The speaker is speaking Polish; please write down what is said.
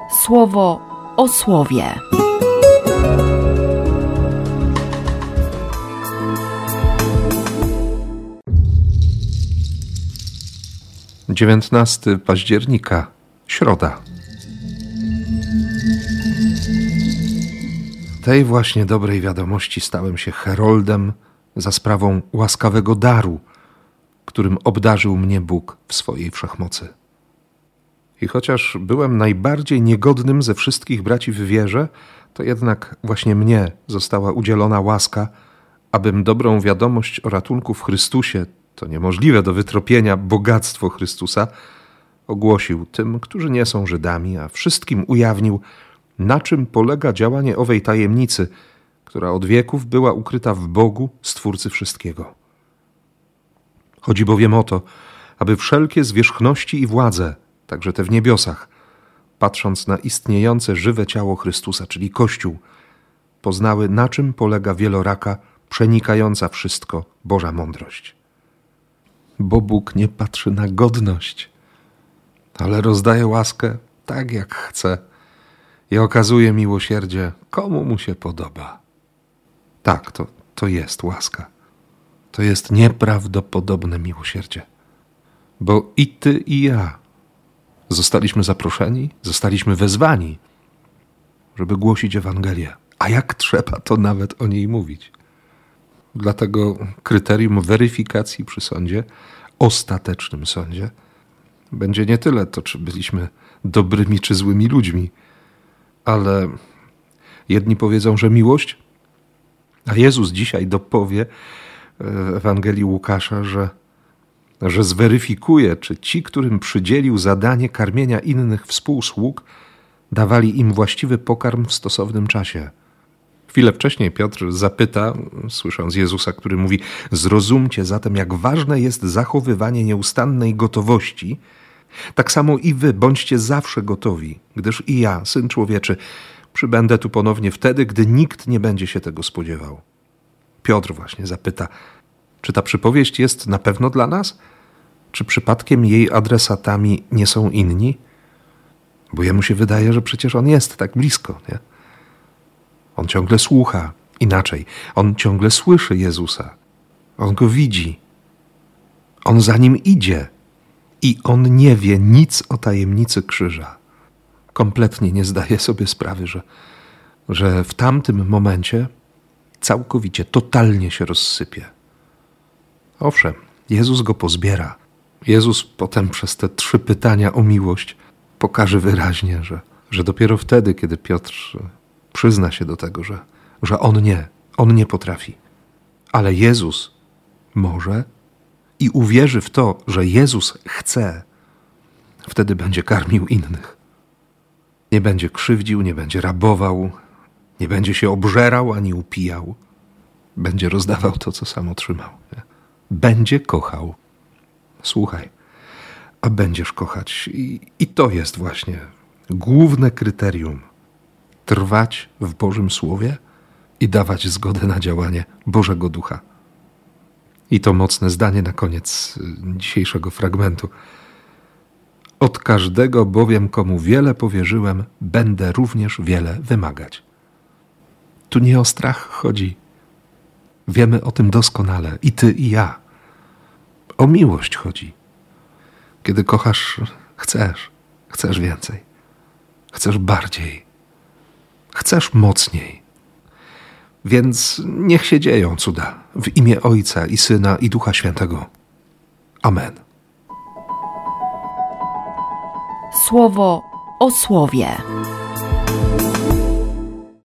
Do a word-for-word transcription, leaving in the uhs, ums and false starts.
Słowo o słowie. dziewiętnastego października, środa. Tej właśnie dobrej wiadomości stałem się heroldem za sprawą łaskawego daru, którym obdarzył mnie Bóg w swojej wszechmocy. I chociaż byłem najbardziej niegodnym ze wszystkich braci w wierze, to jednak właśnie mnie została udzielona łaska, abym dobrą wiadomość o ratunku w Chrystusie, to niemożliwe do wytropienia bogactwo Chrystusa, ogłosił tym, którzy nie są Żydami, a wszystkim ujawnił, na czym polega działanie owej tajemnicy, która od wieków była ukryta w Bogu, Stwórcy wszystkiego. Chodzi bowiem o to, aby wszelkie zwierzchności i władze, także te w niebiosach, patrząc na istniejące żywe ciało Chrystusa, czyli Kościół, poznały, na czym polega wieloraka, przenikająca wszystko Boża mądrość. Bo Bóg nie patrzy na godność, ale rozdaje łaskę tak, jak chce i okazuje miłosierdzie, komu mu się podoba. Tak, to, to jest łaska. To jest nieprawdopodobne miłosierdzie. Bo i ty, i ja zostaliśmy zaproszeni, zostaliśmy wezwani, żeby głosić Ewangelię. A jak trzeba, to nawet o niej mówić. Dlatego kryterium weryfikacji przy sądzie, ostatecznym sądzie, będzie nie tyle to, czy byliśmy dobrymi czy złymi ludźmi, ale jedni powiedzą, że miłość, a Jezus dzisiaj dopowie w Ewangelii Łukasza, że, że zweryfikuje, czy ci, którym przydzielił zadanie karmienia innych współsług, dawali im właściwy pokarm w stosownym czasie. Chwilę wcześniej Piotr zapyta, słysząc Jezusa, który mówi: zrozumcie zatem, jak ważne jest zachowywanie nieustannej gotowości, tak samo i wy bądźcie zawsze gotowi, gdyż i ja, Syn Człowieczy, przybędę tu ponownie wtedy, gdy nikt nie będzie się tego spodziewał. Piotr właśnie zapyta, czy ta przypowieść jest na pewno dla nas? Czy przypadkiem jej adresatami nie są inni? Bo jemu się wydaje, że przecież on jest tak blisko, nie? On ciągle słucha, inaczej, on ciągle słyszy Jezusa. On go widzi. On za nim idzie. I on nie wie nic o tajemnicy krzyża. Kompletnie nie zdaje sobie sprawy, że, że w tamtym momencie całkowicie, totalnie się rozsypie. Owszem, Jezus go pozbiera. Jezus potem przez te trzy pytania o miłość pokaże wyraźnie, że, że dopiero wtedy, kiedy Piotr przyzna się do tego, że, że on nie, on nie potrafi. Ale Jezus może i uwierzy w to, że Jezus chce, wtedy będzie karmił innych. Nie będzie krzywdził, nie będzie rabował, nie będzie się obżerał ani upijał. Będzie rozdawał to, co sam otrzymał. Nie? Będzie kochał. Słuchaj, a będziesz kochać. I, I to jest właśnie główne kryterium. Trwać w Bożym Słowie i dawać zgodę na działanie Bożego Ducha. I to mocne zdanie na koniec dzisiejszego fragmentu. Od każdego bowiem, komu wiele powierzyłem, będę również wiele wymagać. Tu nie o strach chodzi. Wiemy o tym doskonale, i ty, i ja. O miłość chodzi. Kiedy kochasz, chcesz, chcesz więcej. Chcesz bardziej. Chcesz mocniej. Więc niech się dzieją cuda w imię Ojca i Syna i Ducha Świętego. Amen. Słowo o słowie.